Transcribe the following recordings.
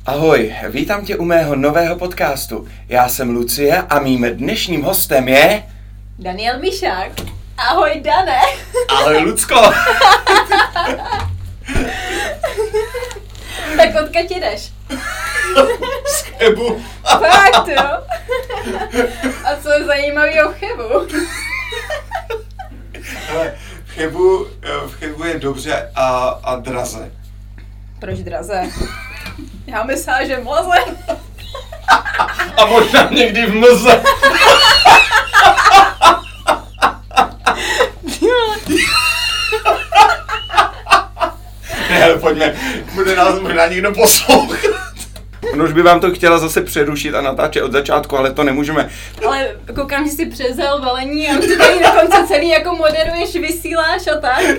Ahoj, vítám tě u mého nového podcastu. Já jsem Lucie a mým dnešním hostem je... Daniel Mišák. Ahoj, Dane. Ahoj, Lucko. Tak odkud jdeš? Z Chebu. Fakt, jo? A co je zajímavého v Chebu? Ale v Chebu je dobře a draze. Proč draze? Já myslela, že mlaze. A možná někdy v mlze. Ne, pojďme, bude nás možná někdo poslouchat. On už by vám to chtěla zase přerušit a natáčet od začátku, ale to nemůžeme. Ale koukám, že jsi převzal velení a ty tady dokonce celý jako moderuješ, vysíláš a tak.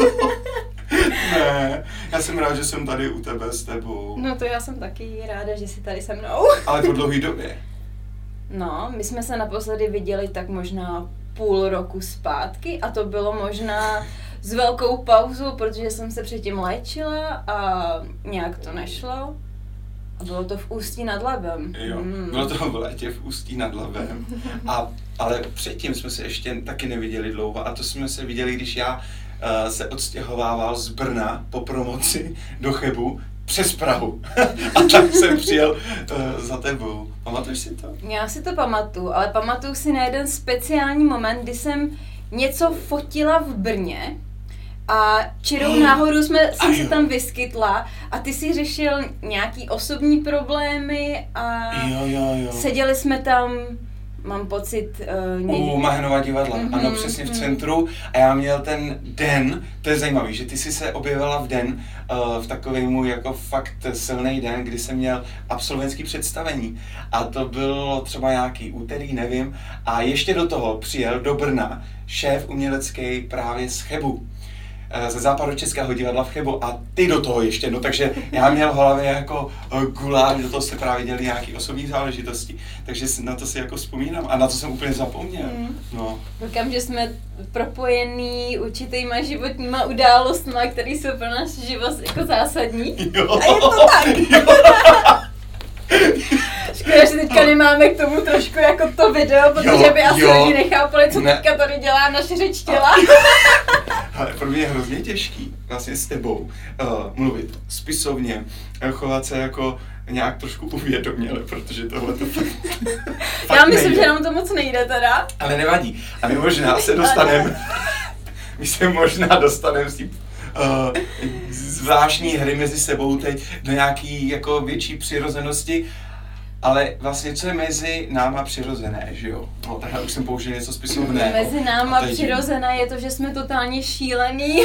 Ne, já jsem rád, že jsem tady u tebe s tebou. No to já jsem taky ráda, že jsi tady se mnou. Ale po dlouhé době. No, my jsme se naposledy viděli tak možná půl roku zpátky a to bylo možná s velkou pauzou, protože jsem se předtím léčila a nějak to nešlo. A bylo to v Ústí nad Labem. Jo, bylo to v létě v Ústí nad Labem. Ale předtím jsme se ještě taky neviděli dlouho a to jsme se viděli, když já se odstěhovával z Brna po promoci do Chebu přes Prahu. A tak jsem přijel za tebou. Pamatuješ si to? Já si to pamatuju, ale pamatuju si na jeden speciální moment, kdy jsem něco fotila v Brně a čirou náhodou jsem se tam vyskytla a ty si řešil nějaký osobní problémy a jo. seděli jsme tam, mám pocit... U Mahenova divadla, ano, přesně v centru. A já měl ten den, to je zajímavý, že ty jsi se objevila v den, v takovém můj jako fakt silný den, kdy jsem měl absolventský představení. A to bylo třeba nějaký úterý, nevím. A ještě do toho přijel do Brna šéf umělecký právě z Chebu. Ze Západočeského divadla v Chebu a ty do toho ještě, no takže já měl v hlavě jako guláš, do toho se právě děli nějaké osobní záležitosti, takže na to si jako vzpomínám a na to jsem úplně zapomněl, no. Říkám, že jsme propojení určitýma životníma událostma, které jsou pro náš život jako zásadní. Jo. A je to tak. Škoda, že teďka nemáme k tomu trošku jako to video, protože by asi lidi nechápali, co teďka tady dělá naše řeč těla. Ale pro mě je hrozně těžký vlastně s tebou mluvit spisovně, chovat se jako nějak trošku uvědoměle, protože tohle to fakt já myslím, nejde. že nám to moc nejde teda. Ale nevadí. A my možná se dostaneme, s tím zvláštní hry mezi sebou teď do nějaký jako větší přirozenosti, ale vlastně co je mezi náma přirozené, že jo? No takhle už jsem použil něco spisovného. Mezi náma přirozené je to, že jsme totálně šílení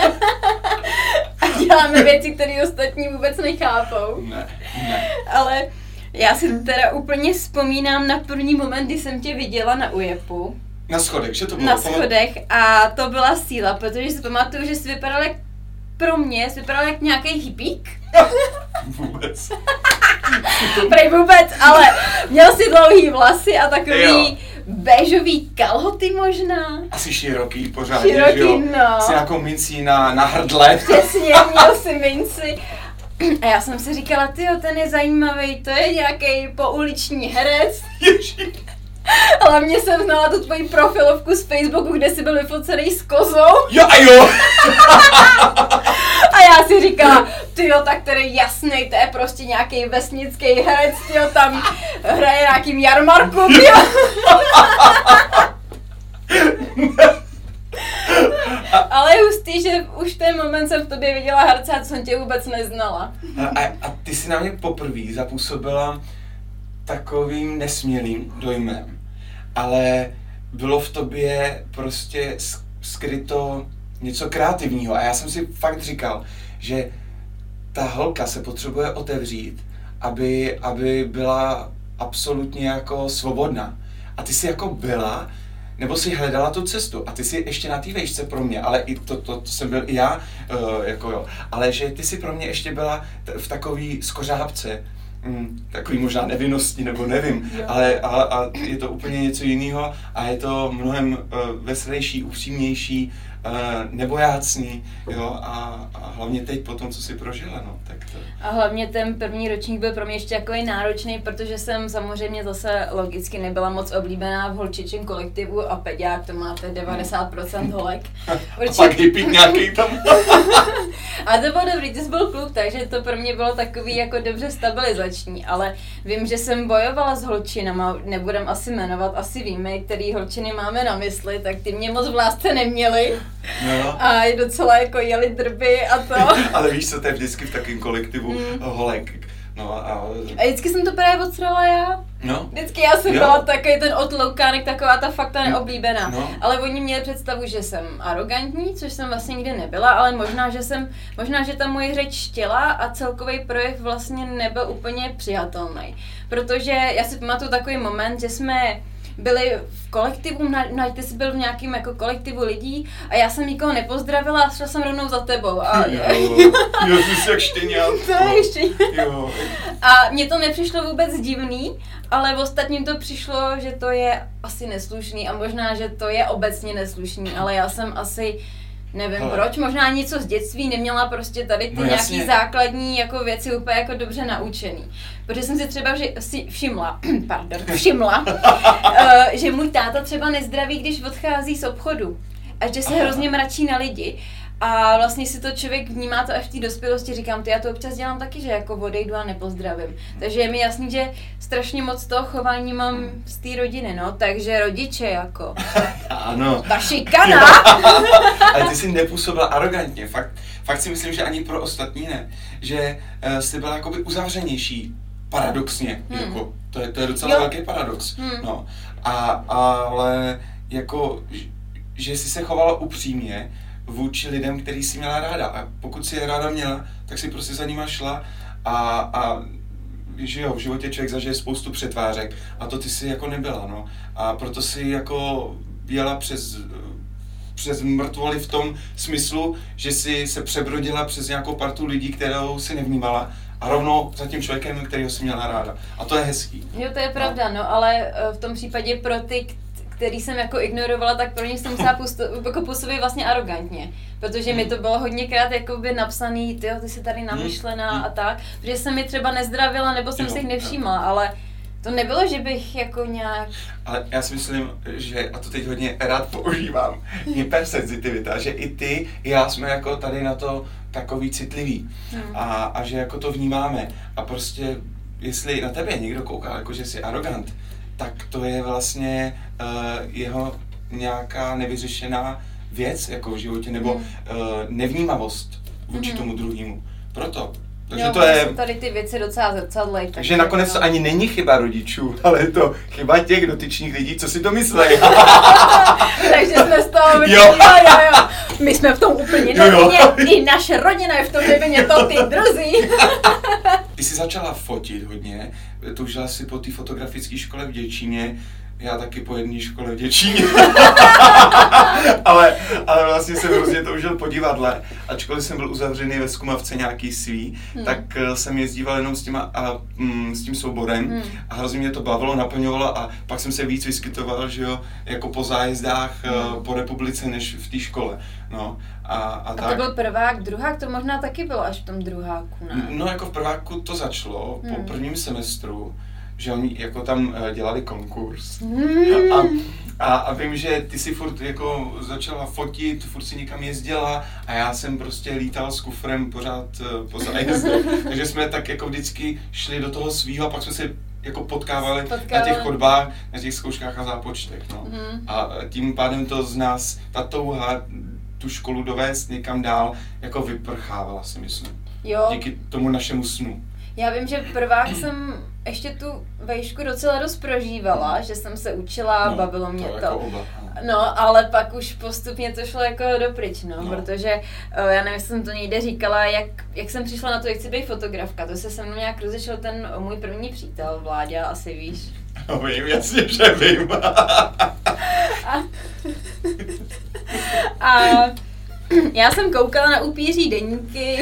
a děláme věci, které ostatní vůbec nechápou. Ne. Ale já si teda úplně vzpomínám na první moment, kdy jsem tě viděla na UJEPu. Na schodech, že to bylo? Na schodech a to byla síla, protože si pamatuju, že jsi vypadal jak pro mě, jsi vypadal jak nějaký hippík. Vůbec. Prej vůbec, ale měl si dlouhý vlasy a takový béžový kalhoty možná. Asi široký pořádně, že jo? No. S nějakou mincí na hrdle. Přesně, měl si minci. A já jsem si říkala, tyjo, ten je zajímavý, to je nějaký pouliční herec. Ježíš. Hlavně jsem znala tu tvoji profilovku z Facebooku, kde jsi byl vyfocený s kozou. Jo. A já si říkala, tyjo, tak to je jasný, to je prostě nějaký vesnický herec, tyjo, tam hraje nějakým jarmarku, tyjo. Ale je hustý, že už v ten moment jsem v tobě viděla herce a to jsem tě vůbec neznala. A ty jsi na mě poprvé zapůsobila takovým nesmělým dojmem, ale bylo v tobě prostě skryto něco kreativního a já jsem si fakt říkal, že ta holka se potřebuje otevřít, aby byla absolutně jako svobodná. A ty jsi jako byla, nebo si hledala tu cestu a ty jsi ještě na té vejšce pro mě, ale i to jsem byl i já, jako jo, ale že ty jsi pro mě ještě byla v takový skořápce, takový možná nevinnosti, nebo nevím, ale je to úplně něco jiného a je to mnohem veselější, upřímnější nebojácný, jo, a hlavně teď po tom, co si prožila, no, tak to... A hlavně ten první ročník byl pro mě ještě takový náročný, protože jsem samozřejmě zase logicky nebyla moc oblíbená v holčičím kolektivu a peďák, to máte 90% holek. A pak hippík nějaký tam. A to bylo dobrý, ty jsi byl kluk, takže to pro mě bylo takový jako dobře stabilizační, ale vím, že jsem bojovala s holčinama, nebudem asi jmenovat, asi víme, který holčiny máme na mysli, tak ty mě moc v lásce neměli. No. A docela jako jeli drby a to. Ale víš co, to je vždycky v takovém kolektivu holek. No a vždycky jsem to právě odsrala já. No. Vždycky já jsem byla takový ten otloukánek, taková ta fakt neoblíbená. No. Ale oni měli představu, že jsem arrogantní, což jsem vlastně nikdy nebyla, ale možná, že ta moje řeč štěla a celkový projev vlastně nebyl úplně přijatelný. Protože já si pamatuju takový moment, že jsme byli v kolektivu, ty jsi byl v nějakém jako kolektivu lidí a já jsem nikoho nepozdravila a šla jsem rovnou za tebou. A... Jo, ty jsi jak štěňátko. Jo. A mně to nepřišlo vůbec divný, ale v ostatním to přišlo, že to je asi neslušný a možná, že to je obecně neslušný, ale já jsem asi nevím proč, možná něco z dětství neměla prostě tady ty nějaký základní jako věci úplně jako dobře naučený. Protože jsem si třeba všimla, že můj táta třeba nezdraví, když odchází z obchodu a že se hrozně mračí na lidi. A vlastně si to člověk vnímá to až v té dospělosti, říkám, já to občas dělám taky, že jako odejdu a nepozdravím. Takže je mi jasný, že strašně moc toho chování mám z té rodiny, no, takže rodiče jako. Ano. Ta šikana! Ale ty jsi nepůsobila arrogantně, fakt si myslím, že ani pro ostatní ne, že jsi byla jakoby uzavřenější, paradoxně, jako, to je docela velký paradox, no. Ale jako, že jsi se chovala upřímně, vůči lidem, který jsi měla ráda. A pokud si je ráda měla, tak si prostě za nima šla a že jo, v životě člověk zažije spoustu přetvářek a to ty si jako nebyla, no. A proto si jako jela přes mrtvoly v tom smyslu, že si se přebrodila přes nějakou partu lidí, kterou si nevnímala a rovnou za tím člověkem, kterýho si měla ráda. A to je hezký. Jo, to je pravda, no, ale v tom případě pro ty, který jsem jako ignorovala, tak pro ně jsem musela působit vlastně arrogantně. Protože mi to bylo hodněkrát jakoby napsaný, ty jsi tady namyšlená a tak, protože jsem mi třeba nezdravila, nebo jsem si jich nevšímala, ale to nebylo, že bych jako nějak... Ale já si myslím, že, a to teď hodně rád používám, hypersenzitivita, že i ty, i já jsme jako tady na to takový citlivý a že jako to vnímáme a prostě, jestli na tebe někdo kouká, jako že jsi arrogant, tak to je vlastně jeho nějaká nevyřešená věc jako v životě, nebo nevnímavost vůči tomu druhému. Proto. Takže jo, to je... tady ty věci docela zrcadlej. Takže nakonec to ani není chyba rodičů, ale je to chyba těch dotyčných lidí, co si to myslejí. Takže jsme z toho jo. My jsme v tom úplně nevinně, i naše rodina je v tom nevinně, to ty druzí. Ty jsi začala fotit hodně, toužila si po té fotografické škole v Děčíně, já taky po jedné škole v Děčíně. ale vlastně jsem hrozně toužil po divadle, ačkoliv jsem byl uzavřený ve Zkumavce nějaký svý, tak jsem jezdíval jenom s tím souborem a hrozně mě to bavilo, naplňovalo a pak jsem se víc vyskytoval, že jo, jako po zájezdách po republice než v té škole. No, a to byl prvák, druhák, to možná taky bylo až v tom druháku, ne? No jako v prváku to začalo po prvním semestru, že oni jako tam dělali konkurs a vím, že ty si furt jako začala fotit, furt si někam jezdila a já jsem prostě lítal s kufrem pořád po zájezdu, takže jsme tak jako vždycky šli do toho svýho a pak jsme se jako potkávali na těch chodbách, na těch zkouškách a zápočtech, no. A tím pádem to z nás, ta touha tu školu dovést někam dál, jako vyprchávala, si myslím. Jo. Díky tomu našemu snu. Já vím, že prvák jsem ještě tu vejšku docela dost prožívala, že jsem se učila, bavilo mě to. Jako oba. No, ale pak už postupně to šlo jako dopryč, protože já nevím, jestli jsem to někde říkala, jak jsem přišla na to, jak chci být fotografka, to se mnou nějak rozešel ten můj první přítel, Vláďa, asi víš. No vím, jasně, že vím. A já jsem koukala na upíří deníky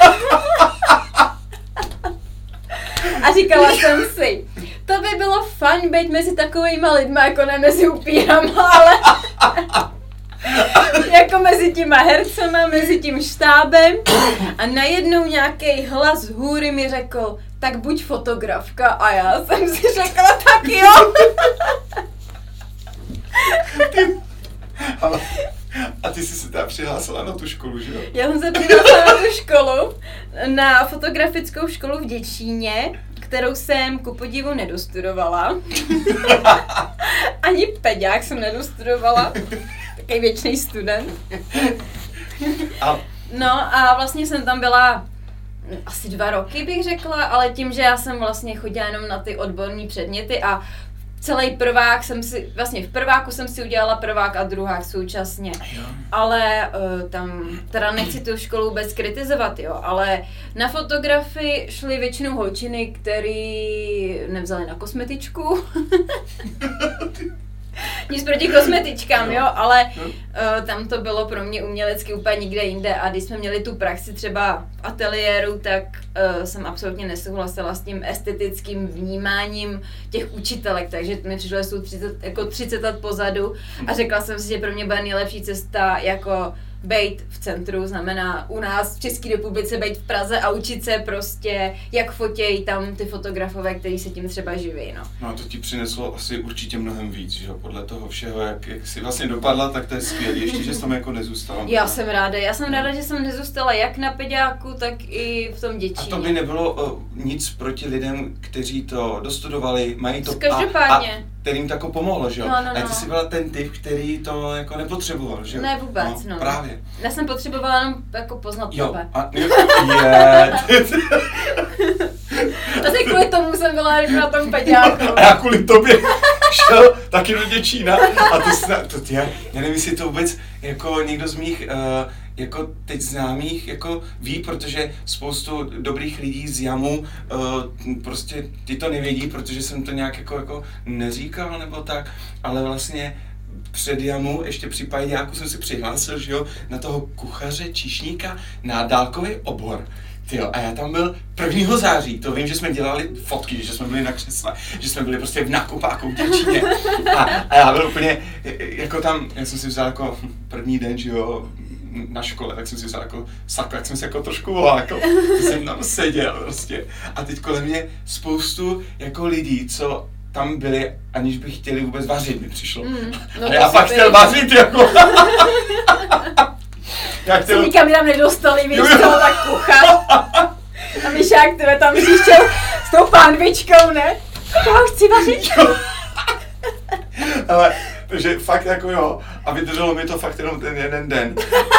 a říkala jsem si, to by bylo fajn být mezi takovýma lidma, jako ne mezi upírama, jako mezi těma hercema, mezi tím štábem a najednou nějaký hlas z hůry mi řekl, tak buď fotografka a já jsem si řekla, tak jo. A ty jsi se teda přihlásila na tu školu, že jo? Já jsem se přihlásila na tu školu, na fotografickou školu v Děčíně, kterou jsem ku podivu nedostudovala. Ani peďák jsem nedostudovala. Takový věčný student. No a vlastně jsem tam byla asi 2 roky, bych řekla, ale tím, že já jsem vlastně chodila jenom na ty odborné předměty a celý prvák vlastně v prváku jsem si udělala prvák a druhák současně. Ale tam, teda nechci tu školu vůbec kritizovat, jo, ale na fotografii šly většinou holčiny, který nevzali na kosmetičku. Nic proti kosmetičkám, jo, ale tam to bylo pro mě umělecky úplně nikde jinde a když jsme měli tu praxi třeba v ateliéru, tak jsem absolutně nesouhlasila s tím estetickým vnímáním těch učitelek, takže mi přišlo, že jsou 30 let pozadu a řekla jsem si, že pro mě byla nejlepší cesta jako bejt v centru, znamená u nás v České republice bejt v Praze a učit se prostě, jak fotějí tam ty fotografové, kteří se tím třeba živí, no. No a to ti přineslo asi určitě mnohem víc, že jo, podle toho všeho, jak jsi vlastně dopadla, tak to je skvělé, ještě, že jsi tam jako nezůstala. Já jsem ráda, že jsem nezůstala jak na peďáku, tak i v tom Děčíně. A to by nebylo nic proti lidem, kteří to dostudovali, mají to a kterým to jako pomohlo, že jo? No. A ty jsi byla ten typ, který to jako nepotřeboval, že jo? Ne vůbec, no. Právě. Já jsem potřebovala jenom jako poznat tebe. Asi kvůli tomu jsem byla jako na tom peďáku. A já kvůli tobě šel taky do Děčína a já nevím, jestli to vůbec jako někdo z mých jako teď známých jako ví, protože spoustu dobrých lidí z Jamu prostě ty to nevědí, protože jsem to nějak jako neříkal nebo tak, ale vlastně před Jamu, ještě při Pajďáku jsem si přihlásil, že jo, na toho kuchaře, číšníka, na dálkový obor. Tyjo, a já tam byl 1. září, to vím, že jsme dělali fotky, že jsme byli na křesle, že jsme byli prostě v nákupáku v Děčíně. A já byl úplně, jako tam, já jsem si vzal jako první den, že jo, na škole, tak jsem si vzal jako sako, jak jsem se jako trošku vlákl, jsem tam seděl prostě. A teď kolem mě spoustu jako lidí, co tam byli, aniž by chtěli vůbec vařit, mi přišlo. No a já pak chtěl vařit jako. Se nikam jinam nedostali, víš co, tak kuchař. A Myšák tebe tam přišel s tou pánvičkou, ne? Já chci vařit. Ale, takže fakt jako jo, a vydrželo mi to fakt jenom ten jeden den.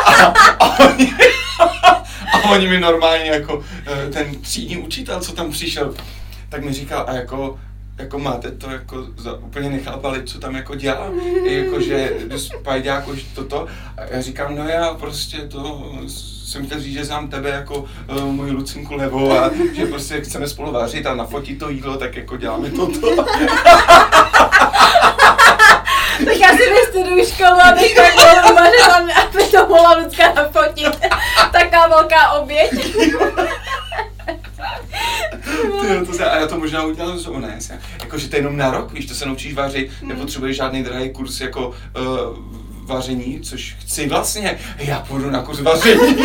A oni mi normálně jako, ten třídní učitel, co tam přišel, tak mi říkal, a jako máte to jako úplně nechápali, co tam jako dělá, jako že z Pajďáku toto. A já říkám, no já prostě to jsem chtěl říct, že znám tebe jako moji Lucinku Levou a že prostě chceme spolu vařit a nafotit to jídlo, tak jako děláme toto. Tak já si vystuduju školu, abych tak mohla vařit, aby to mohla Lucka nafotit. Taková velká oběť. A já to možná udělám z ONS, jakože to je jenom na rok, víš, to se naučíš vařit, nepotřebuješ žádný drahý kurz jako vaření, což chci vlastně, já půjdu na kurz vaření.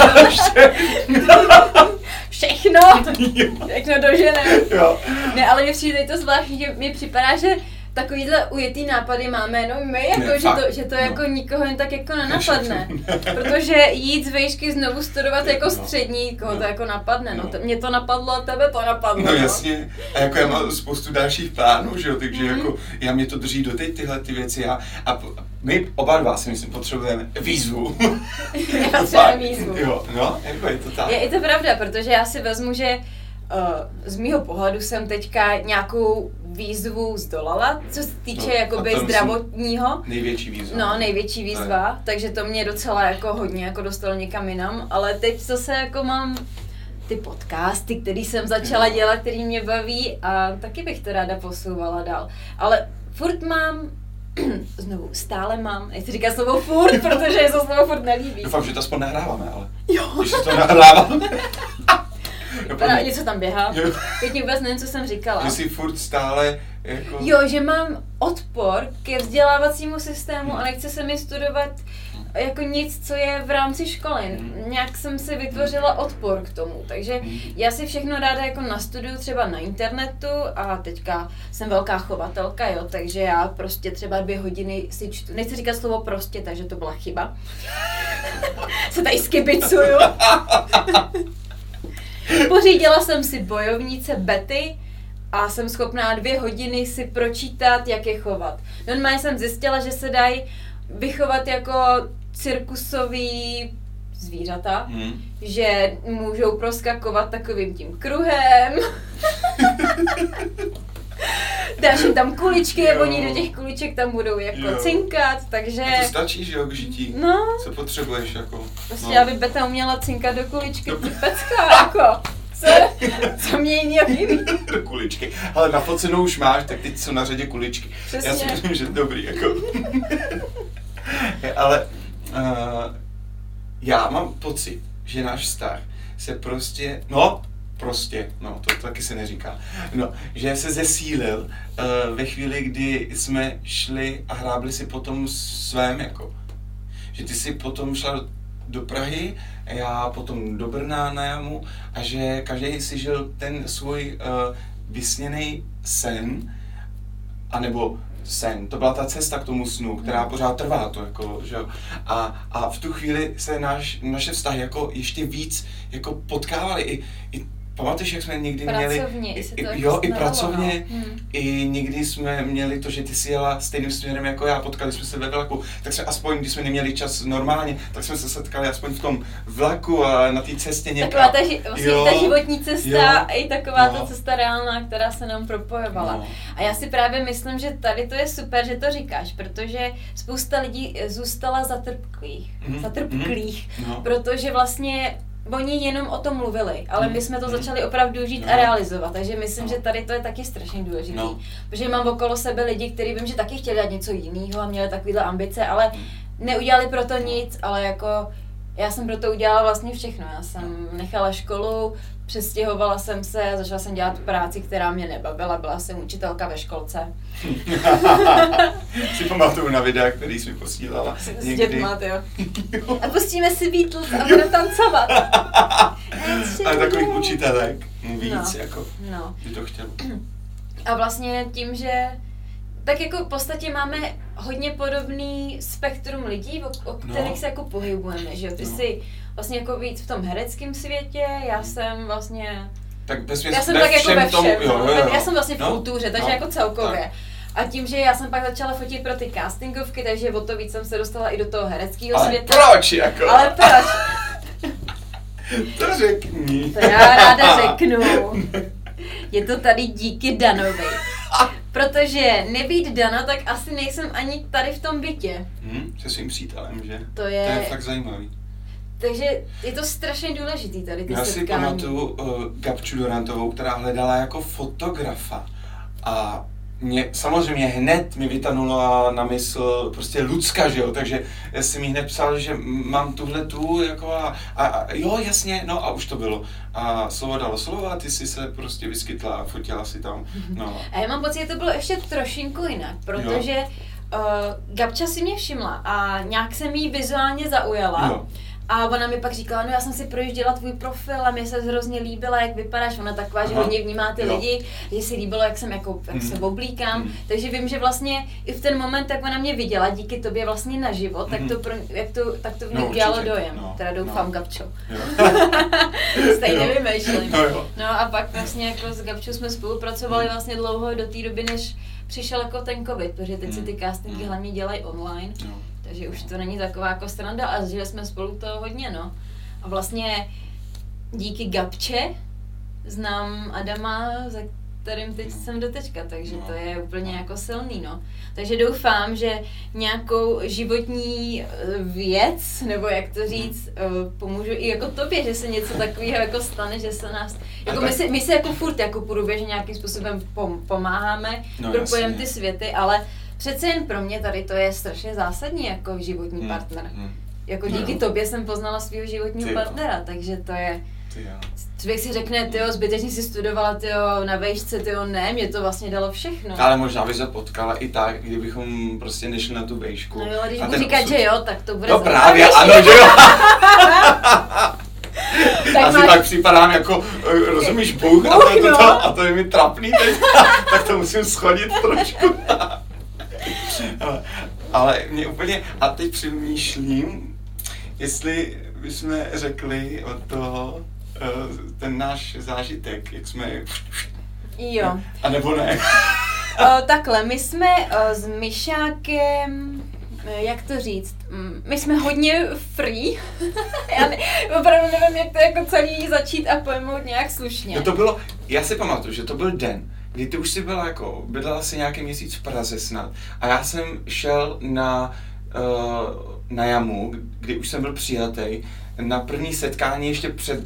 Všechno doženem. Ne, ale mě přijde to zvláštní, že mi připadá, že takovýhle ujetý nápady máme jenom my, jako, že to jako nikoho jen tak jako nenapadne. Protože jít z vejšky znovu studovat jako střední, koho to jako napadne, no. Mě to napadlo a tebe to napadlo. No jasně, a jako já mám spoustu dalších plánů, že jo, takže jako mě to drží doteď tyhle ty věci a my oba dva si myslím potřebujeme výzvu. Já potřebujeme výzvu. Jo, no, jako je to tak. Je to pravda, protože já si vezmu, že z mýho pohledu jsem teďka nějakou výzvu zdolala, co se týče jakoby zdravotního. Největší výzva. No, největší výzva, takže to mě docela jako hodně jako dostalo někam jinam, ale teď zase jako mám ty podcasty, který jsem začala dělat, který mě baví a taky bych to ráda posouvala dál. Ale furt mám, stále mám, nechci říkat slovo furt, protože se slovo furt nelíbí. Doufám, že to aspoň nahráváme, ale. Jo. Když to nahráváme. něco tam běhá. Teď vůbec nevím, co jsem říkala. Že jsi furt stále jako... Jo, že mám odpor ke vzdělávacímu systému a nechce se mi studovat jako nic, co je v rámci školy. Nějak jsem si vytvořila odpor k tomu, takže já si všechno ráda jako nastuduju třeba na internetu a teďka jsem velká chovatelka, jo, takže já prostě třeba 2 hodiny si čtu, nechci říkat slovo prostě, takže to byla chyba. Se tady skibicuju. Pořídila jsem si bojovnice Betty a jsem schopná 2 hodiny si pročítat, jak je chovat. Normálně jsem zjistila, že se dají vychovat jako cirkusový zvířata, že můžou proskakovat takovým tím kruhem. Dáš jim tam kuličky, oni do těch kuliček tam budou jako cinkat, takže... A to stačí, že jo, k žití? No. Co potřebuješ jako? Prostě aby Beta uměla cinkat do kuličky, ty pecka, jako. Co mě jiného chybí? Do kuličky. Ale na focenou už máš, tak teď jsou na řadě kuličky. Přesně. Já si myslím, že dobrý, jako. Ale já mám pocit, že náš vztah se to taky se neříká, že se zesílil ve chvíli, kdy jsme šli a hrábli si po tom svém, jako. Že ty si potom šla do Prahy, a já potom do Brna na jamu a že každý si žil ten svůj vysněný sen, anebo sen, to byla ta cesta k tomu snu, která pořád trvá to, jako, že jo. A v tu chvíli se naše vztahy jako ještě víc jako potkávaly. I pamatuješ, jak jsme někdy pracovně, měli, i pracovně, i někdy jsme měli to, že ty si jela stejným směrem jako já, potkali jsme se ve vlaku, tak jsme aspoň, když jsme neměli čas normálně, tak jsme se setkali aspoň v tom vlaku a na té cestě někam. Taková ta životní cesta i taková ta cesta reálná, která se nám propojovala. No. A já si právě myslím, že tady to je super, že to říkáš, protože spousta lidí zůstala zatrpklých, protože vlastně oni jenom o tom mluvili, ale my jsme to začali opravdu žít a realizovat, takže myslím, že tady to je taky strašně důležité. Protože mám okolo sebe lidi, kteří vím, že taky chtěli dělat něco jiného a měli takovéhle ambice, ale neudělali pro to nic, ale jako já jsem pro to udělala vlastně všechno. Já jsem nechala školu, přestěhovala jsem se, začala jsem dělat práci, která mě nebavila, byla jsem učitelka ve školce. Si pamatuju na videa, který jsi mi posílala. S dětma, jo. A pustíme si Beatles a budeme tancovat. A takových učitelek víc, jako, by to chtělo. A vlastně tím, že tak jako v podstatě máme hodně podobný spektrum lidí, o kterých se jako pohybujeme, že jo? Ty jsi vlastně jako víc v tom hereckém světě, já jsem vlastně... Já jsem tak jako ve všem, já jsem vlastně v kultuře, takže jako celkově. Tak. A tím, že já jsem pak začala fotit pro ty castingovky, takže o to víc jsem se dostala i do toho hereckého světa. Proč jako? Ale proč? To řekni. To já ráda řeknu. Je to tady díky Danovi. Protože nebýt Dana, tak asi nejsem ani tady v tom bytě. Se svým přítelem, že? To je fakt zajímavý. Takže je to strašně důležitý tady ty setkání. Já si pamatuju Gabču Dorantovou, která hledala jako fotografa a samozřejmě hned mi vytanula na mysl prostě Lucka, že jo, takže já jsem jí hned psal, že mám tuhletu jako a jo, jasně, no a už to bylo. A slovo dalo slovo a ty si se prostě vyskytla a fotila si tam, no. A já mám pocit, že to bylo ještě trošinku jinak, protože Gabča si mě všimla a nějak se mi vizuálně zaujala. Jo. A ona mi pak říkala, já jsem si projížděla tvůj profil a mě se hrozně líbila, jak vypadáš, ona taková, že hodně vnímá ty lidi, že si líbilo, jak jsem jako, jak se oblíkám, takže vím, že vlastně i v ten moment, jak ona mě viděla, díky tobě vlastně naživo, tak to v ní udělalo dojem, teda doufám, Gabčo. Stejně vymýšlím. No a pak vlastně jako s Gabčou jsme spolupracovali vlastně dlouho do té doby, než přišel jako ten covid, protože teď si ty castingy hlavně dělají online. Takže už to není taková jako sranda, ale zažili jsme spolu toho hodně, no. A vlastně díky Gabče znám Adama, za kterým teď jsem doteďka, takže to je úplně jako silný, no. Takže doufám, že nějakou životní věc, nebo jak to říct, pomůžu i jako tobě, že se něco takového jako stane, že se nás, jako my se jako furt jako průběžně nějakým způsobem pomáháme, propojeme ty světy, ale přece jen pro mě tady to je strašně zásadní jako životní partner. Jako díky tobě jsem poznala svého životního partnera, takže to je Člověk si řekne, tyjo, zbytečně si studovala, tyjo, na vejšce, tyjo, ne, mě to vlastně dalo všechno. Ale možná by se potkala i tak, kdybychom prostě nešli na tu vejšku. No jo, když budu říkat, že jo, tak to bude no právě, ano, že jo. Já si tak připadám jako, rozumíš, Bůh a to je mi trapný teď, tak to musím schodit trošku. Ale mě úplně, a teď přemýšlím, jestli bychom řekli o to, ten náš zážitek, jak jsme... Jo. A nebo ne? Takhle, my jsme s Myšákem, jak to říct, my jsme hodně free. Já opravdu nevím, jak to jako celý začít a pojmout nějak slušně. No to bylo, já si pamatuju, že to byl den, kdy ty už si byla jako, bydlela si nějaký měsíc v Praze snad a já jsem šel na jamu, kdy už jsem byl přijatý, na první setkání ještě před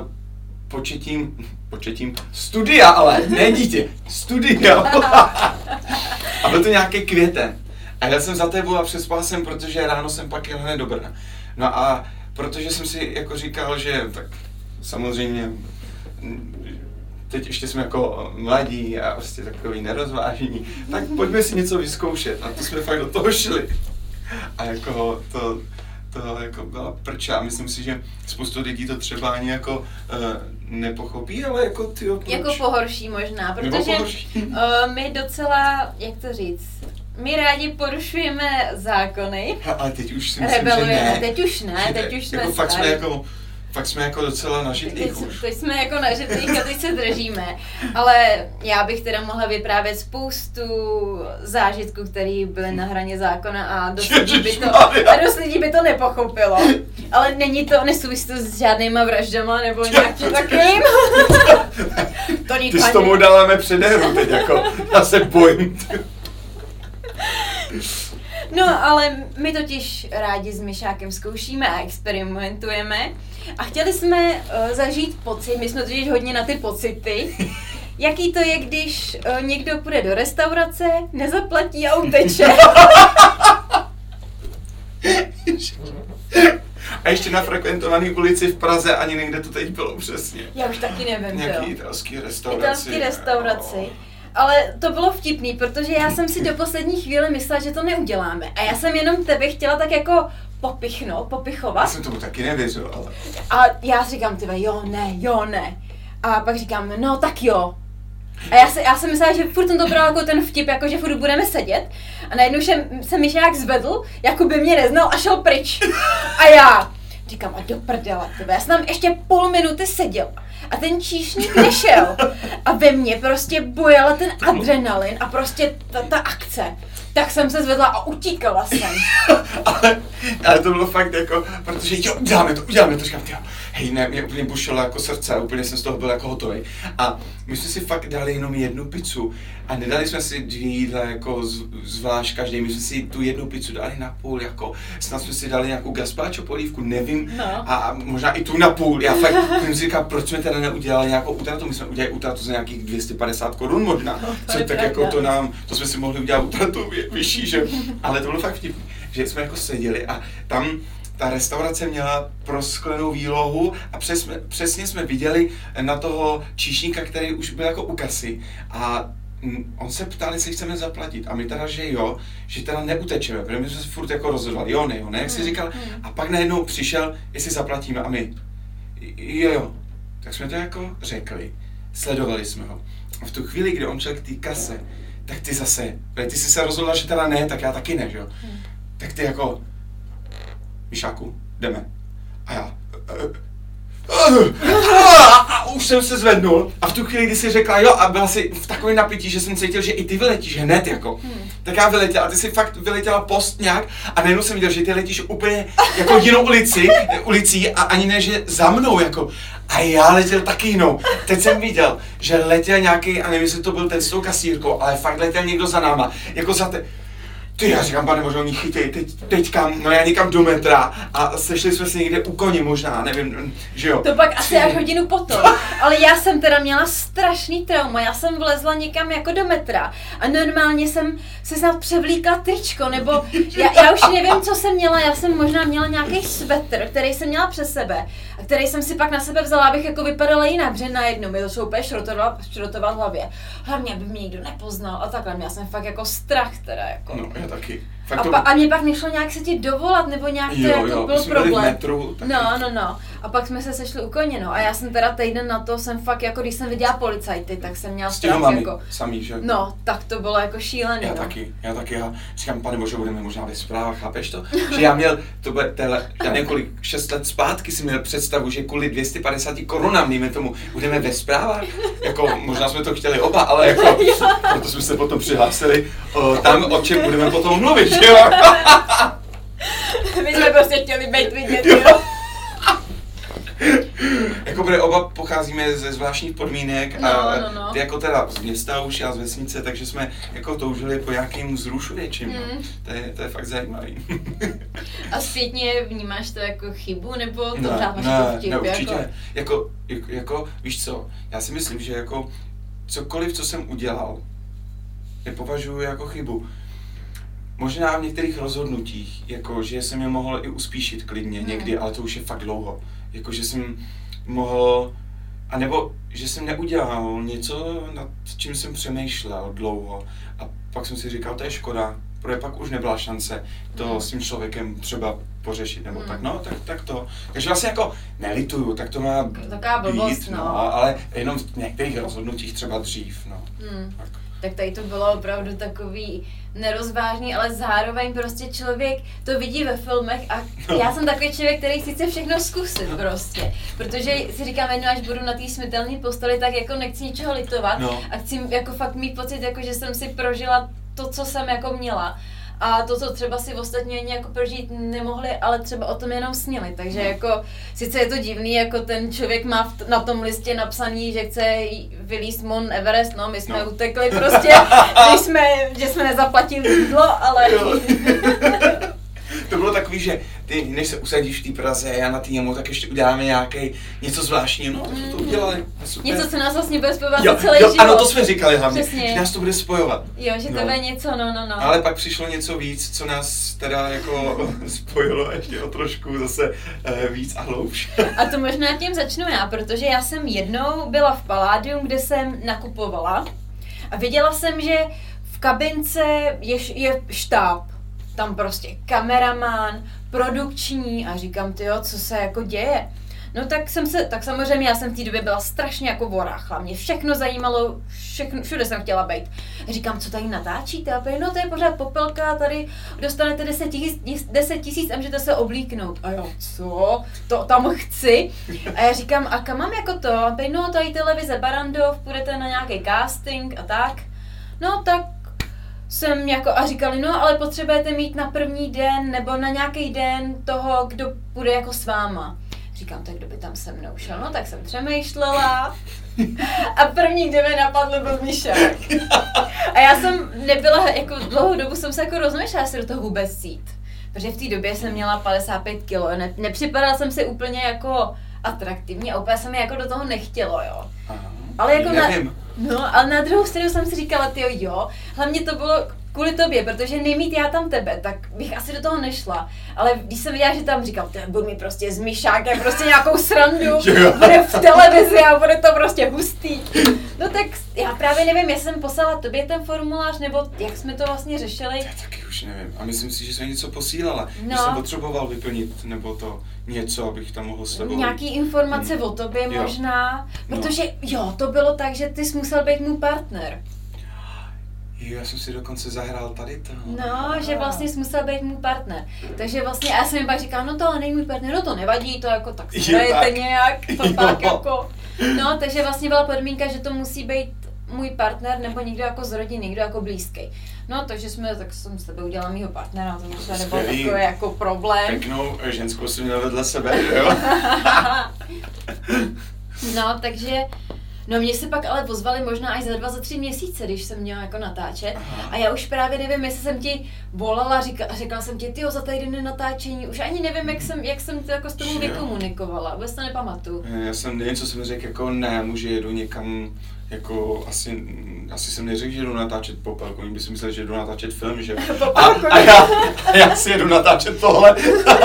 početím studia, ale ne dítě, studia. A byl to nějaký květen. A jel jsem za tebou a přespal jsem, protože ráno jsem pak jel hned do Brna. No a protože jsem si jako říkal, že tak samozřejmě teď ještě jsme jako mladí a prostě takový nerozvážení, tak pojďme si něco vyzkoušet. A to jsme fakt do toho šli. A jako to jako byla prča. Myslím si, že spoustu lidí to třeba ani jako nepochopí, ale jako tyjo, proč? Jako pohorší možná, protože my docela, jak to říct, my rádi porušujeme zákony. Ale teď už si myslím, že ne. Teď už ne, teď už jsme jako fakt jsme jako docela nažitlých už. Teď jsme jako nažitlých a teď se držíme. Ale já bych teda mohla vyprávět spoustu zážitků, které byly na hraně zákona a dost lidí by to nepochopilo. Ale není to, nesouvisí to s žádnýma vraždama nebo nějakým takovým. Ty s tomu dáváme předehru teď jako, já se bojím. No, ale my totiž rádi s Myšákem zkoušíme a experimentujeme a chtěli jsme zažít pocit, my jsme totiž hodně na ty pocity, jaký to je, když někdo půjde do restaurace, nezaplatí a uteče. A ještě na frekventované ulici v Praze, ani někde to teď bylo přesně. Já už taky nevím, nějaký italský restauraci. Ale to bylo vtipný, protože já jsem si do poslední chvíle myslela, že to neuděláme. A já jsem jenom tebe chtěla tak jako popichovat. Já jsem tomu taky nevěřil, ale... A já říkám tebe, jo ne. A pak říkám, no tak jo. A já jsem myslela, že furt jsem to bral jako ten vtip, jako že furt budeme sedět. A najednou se Myšák zvedl, jako by mě neznal a šel pryč. A já říkám, a do prdele tebe, já jsem tam ještě půl minuty seděl. A ten číšník nešel. A ve mně prostě bojela ten adrenalin a prostě ta akce. Tak jsem se zvedla a utíkala jsem. ale to bylo fakt jako, protože jo, uděláme to, říkám, tyjo, hej, ne, mě úplně bušilo jako srdce, úplně jsem z toho byl jako hotový. A my jsme si fakt dali jenom jednu pizzu a nedali jsme si 2 jídla jako zvlášť každý, my jsme si tu jednu pizzu dali na půl, jako snad jsme si dali nějakou gazpacho polívku, nevím, no. A možná i tu na půl. Já fakt jsem si říkal, proč jsme teda neudělali nějakou útratu, my jsme udělali útratu za nějakých 250 korun možná, no, co tak jako to jsme si mohli udělat útratu vyšší, že? Ale to bylo fakt vtipný, že jsme jako seděli a tam ta restaurace měla prosklenou výlohu a přesně jsme viděli na toho číšníka, který už byl jako u kasy a on se ptal, jestli chceme zaplatit a my teda, že jo, že teda neutečeme, protože my jsme se furt jako rozhodovali, jo, ne, jak jsi říkal, a pak najednou přišel, jestli zaplatíme a my, jo, tak jsme to jako řekli, sledovali jsme ho a v tu chvíli, kdy on šel k té kase, tak ty zase, ty jsi se rozhodla, že teda ne, tak já taky ne, že jo, tak ty jako, Myšáku, jdeme. A já... A už jsem se zvednul a v tu chvíli, kdy jsi řekla jo a byla si v takovém napětí, že jsem cítil, že i ty vyletíš hned jako. Tak já vyletěla a ty jsi fakt vyletěla post nějak a najednou jsem viděl, že ty letíš úplně jako jinou ulicí a ani ne, že za mnou jako. A já letěl taky jinou. Teď jsem viděl, že letěl nějaký, a nevím, jestli to byl ten s tou kasírkou, ale fakt letěl někdo za náma, jako za Ty, já říkám, pane Bože, oni chytěj, teďka, no já někam do metra a sešli jsme se někde u koně možná, nevím, že jo. To pak asi až hodinu potom, ale já jsem teda měla strašný trauma, já jsem vlezla někam jako do metra a normálně jsem se snad převlíkla tričko, nebo já už nevím, co jsem měla, já jsem možná měla nějaký svetr, který jsem měla přes sebe a který jsem si pak na sebe vzala, abych jako vypadala jinak, protože najednou mi to šlo úplně šrotovat v hlavě. Hlavně, aby mě nikdo nepoznal a takhle, měla jsem fakt jako strach teda jako. No, já taky. A mě pak nešlo nějak se ti dovolat, nebo nějak to jako byl problém. Metru, No. A pak jsme se sešli u koně, no. A já jsem teda týden na to jsem fakt jako, když jsem viděla policajty, tak jsem měla strach jako. Samý, že? No, tak to bylo jako šílený, Já taky. Já říkám, pane Bože, budeme možná ve zprávách, chápeš to? Že já měl, já nevím kolik, 6 let zpátky jsem měl představu, že kvůli 250 korunám, dejme tomu, budeme ve zprávách. Jako, možná jsme to chtěli oba, ale jako, proto jsme se potom přihlásili tam, o čem budeme potom mluvit, že jo? My jsme prostě chtěli být vidět, jo? Jako bude, oba pocházíme ze zvláštních podmínek a ty jako teda z města už, já z vesnice, takže jsme jako toužili po nějakým vzrušu větším, to je fakt zajímavý. A zpětně vnímáš to jako chybu, nebo to dáváš jako vtip? Ne, určitě, jako, víš co, já si myslím, že jako cokoliv, co jsem udělal, nepovažuji jako chybu. Možná v některých rozhodnutích, jako že jsem je mohl i uspíšit klidně někdy, ale to už je fakt dlouho. Jako že jsem mohl, anebo že jsem neudělal něco, nad čím jsem přemýšlel dlouho. A pak jsem si říkal, to je škoda, protože pak už nebyla šance to s tím člověkem třeba pořešit, nebo tak, no, tak to. Takže vlastně jako nelituju, tak to má taková blbost, být, no, ale jenom v některých rozhodnutích třeba dřív, no. Tak tady to bylo opravdu takový nerozvážný, ale zároveň prostě člověk to vidí ve filmech a já jsem takový člověk, který chce všechno zkusit prostě, protože si říkám jednou, až budu na té smrtelné posteli, tak jako nechci ničeho litovat a chci jako fakt mít pocit, jako že jsem si prožila to, co jsem jako měla. A to, co třeba si ostatní ani jako prožít nemohli, ale třeba o tom jenom snili. Takže jako, sice je to divný, jako ten člověk má na tom listě napsaný, že chce vylízt Mount Everest, no my jsme utekli prostě, že jsme nezaplatili jídlo, ale... To bylo takový, že ty, než se usadíš v té Praze a na té jemu, tak ještě uděláme něco zvláštního, no to udělali. Super. Něco, co nás vlastně bude spojovat celý život. Ano, to jsme říkali hlavně, přesně. Že nás to bude spojovat. Jo, že to bude něco, no. Ale pak přišlo něco víc, co nás teda jako spojilo ještě o trošku zase víc a hloubš. A to možná tím začnu já, protože já jsem jednou byla v Palladium, kde jsem nakupovala a viděla jsem, že v kabince je štáb. Tam prostě kameraman, produkční a říkám, tyjo, co se jako děje. No tak samozřejmě já jsem v té době byla strašně jako voráchla, mě všechno zajímalo, všude jsem chtěla být. A říkám, co tady natáčíte? A no to je pořád popelka, tady dostanete 10 000 a můžete se oblíknout. A jo, co? To tam chci. A já říkám, a kam mám jako to? A no tady televize Barrandov, půjdete na nějaký casting a tak. No tak jsem jako a říkali, no ale potřebujete mít na první den nebo na nějaký den toho, kdo bude jako s váma. Říkám, tak kdo by tam se mnou šel, no tak jsem přemýšlela a první, kdo mi napadl, byl Míšák. A já jsem nebyla, jako dlouhou dobu jsem se jako rozmýšlela, se do toho vůbec cít. Protože v té době jsem měla 55 kilo, nepřipadala jsem si úplně jako atraktivní a úplně se mi jako do toho nechtělo, jo. Ale jako ale na druhou stranu jsem si říkala, tyjo, jo, hlavně to bylo kvůli tobě, protože nemít já tam tebe, tak bych asi do toho nešla. Ale když jsem viděla, že tam říkal, budu mi prostě s Míšákem prostě nějakou srandu, bude v televizi a bude to prostě hustý. No tak já právě nevím, jestli jsem poslala tobě ten formulář, nebo jak jsme to vlastně řešili. Já taky už nevím. A myslím si, že jsem něco posílala. Že jsem potřeboval vyplnit, nebo to něco, abych tam mohl s tebou. Nějaký informace o tobě možná, protože to bylo tak, že ty jsi musel být můj partner. Jo, já jsem si dokonce zahrál tady to. No, že vlastně jsi musel být můj partner. Takže vlastně já jsem jim pak říkala, no to ale není můj partner, no to nevadí, to jako tak hrajete nějak, to pak jako. No, takže vlastně byla podmínka, že to musí být můj partner nebo někdo jako z rodiny, někdo jako blízký. No, takže tak jsem s tebe udělala mýho partnera, to možná nebyl takový jako problém. Pěknou ženskou jsem měla vedle sebe, jo? No, takže No mě se pak ale ozvali možná až za 2, za 3 měsíce, když jsem měla jako natáčet. Aha. A já už právě nevím, jestli jsem ti volala a říkala jsem ti, tyjo, za týden natáčení. Už ani nevím, jak jsem to jako s tomu vykomunikovala, vůbec to nepamatuju. Já jsem nevím, co jsem řekl, jako ne, že jedu někam, jako asi jsem neřekl, že jdu natáčet Popelku, oni by si mysleli, že jdu natáčet film, že? A já si jedu natáčet tohle.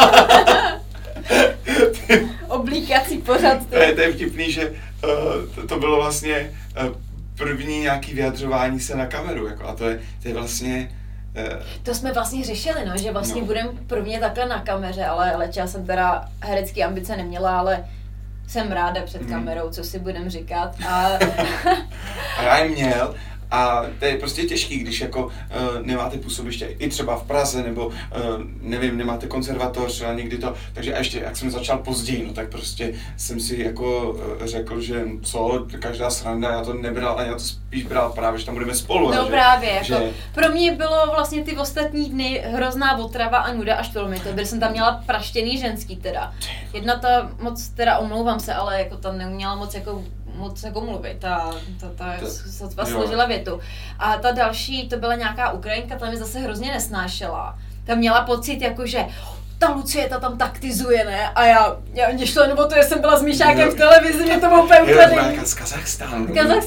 Oblíkací pořad. To je vtipný, že to bylo vlastně první nějaký vyjadřování se na kameru, jako, a to je vlastně... To jsme vlastně řešili, no, že vlastně budeme prvně takhle na kameře, ale já jsem teda herecké ambice neměla, ale jsem ráda před kamerou, co si budem říkat. A já je měl. A to je prostě těžký, když jako nemáte působiště i třeba v Praze, nebo nevím, nemáte konzervatoř a někdy to, takže a ještě jak jsem začal později, no tak prostě jsem si jako řekl, že každá sranda, já to nebral, ale já to spíš bral právě, že tam budeme spolu. No že, právě, že... jako pro mě bylo vlastně ty ostatní dny hrozná otrava a nuda a štvalo mi to, protože jsem tam měla praštěný ženský teda. Jedna ta moc, teda omlouvám se, ale jako tam neuměla moc jako mluvit, ta sotva složila větu. A ta další, to byla nějaká Ukrajinka, ta mi zase hrozně nesnášela. Ta měla pocit jako, že ta Lucie ta tam taktizuje, ne? A mě šlo jenom o to, že jsem byla s Míšákem v televizi, mě to bylo úplně úplně... Z Kazachstánu.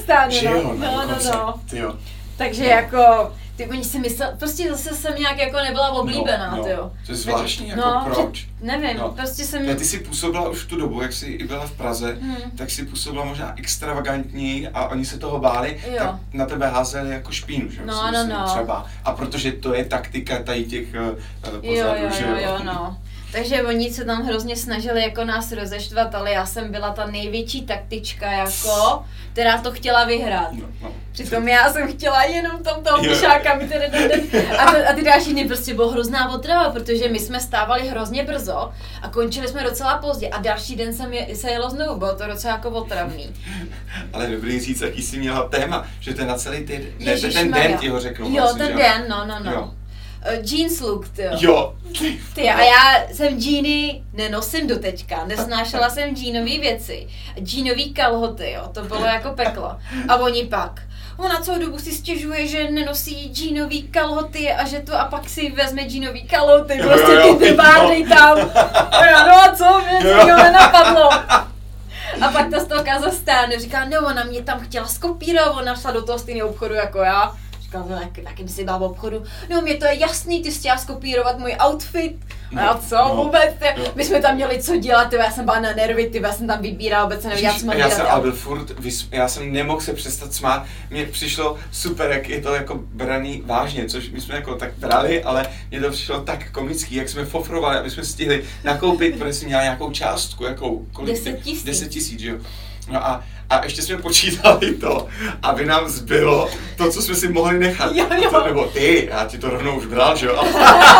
No. Takže jako... Oni si myslel, prostě zase jsem nějak jako nebyla oblíbená, tyjo. To je zvláštní, jako proč? Nevím, prostě jsem... Ty jsi působila už v tu dobu, jak jsi i byla v Praze, tak jsi působila možná extravagantní a oni se toho báli, tak na tebe házeli jako špínu, že? No. Třeba. A protože to je taktika tady těch pozadů, že jo? No. Takže oni se tam hrozně snažili jako nás rozeštvat, ale já jsem byla ta největší taktička jako, která to chtěla vyhrát. Přitom já jsem chtěla jenom tam toho Míšáka mít a ty další dny prostě bylo hrozná otrava, protože my jsme stávali hrozně brzo a končili jsme docela pozdě a další den se jelo znovu, bylo to docela jako otravný. Ale dobrý říct, jaký jsi měla téma, že ten na celý ten den ti ho řeknu. Jo, ten den, no. Jeans look, tyjo. Jo. Ty, a já jsem džíny nenosím doteďka, nesnášela jsem džínový věci. Džínový kalhoty, jo, to bylo jako peklo. A oni pak. Ona celou dobu si stěžuje, že nenosí džínový kalhoty a že to a pak si vezme džínový kalhoty, prostě ty drbárny tam. No a co, mě to nenapadlo. A pak ta z toho Kazachstánu říká, no ona mě tam chtěla skopírovat, ona šla do toho stejného obchodu jako já. Jakým si byla v obchodu, no mě to je jasný, ty jsi chtěla skopírovat můj outfit. A co vůbec, my jsme tam měli co dělat, já jsem byla na nervy, já jsem tam vybírala, vůbec se nevěděla, co mám dělat. Já jsem nemohl se přestat smát, mně přišlo super, jak je to jako braný vážně, což my jsme jako tak brali, ale mně to přišlo tak komický, jak jsme fofrovali, aby jsme stihli nakoupit, protože jsem měla nějakou částku, jakou, kolik 10 000, že jo. No a ještě jsme počítali to, aby nám zbylo to, co jsme si mohli nechat. Jo. To, nebo ty, já ti to rovnou už bral, že jo?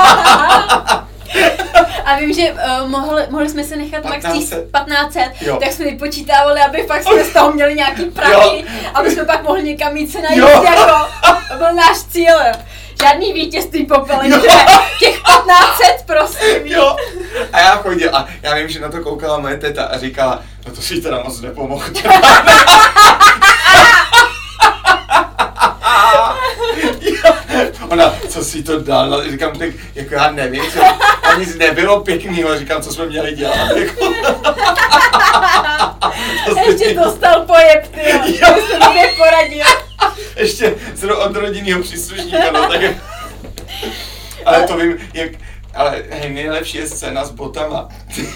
A vím, že mohli jsme si nechat 1500, tak jsme vypočítávali, aby fakt jsme z toho měli nějaký prachy, aby jsme pak mohli někam jít se najít, jako, to byl náš cíl. Žádný vítězství Popele, těch 1500 prostě. Jo. A já chodil a já vím, že na to koukala moje teta a říkala, no to si teda moc nepomohl. Ona, co si to dal, říkám, tak jako já nevím, nic nebylo pěknýho, říkám, co jsme měli dělat. Jako. Ještě dostal pojeb, tyjo, to jsem mě poradil. Ještě od rodinného příslušníka, no tak je. Ale to vím, ale hej, nejlepší je scéna s botama.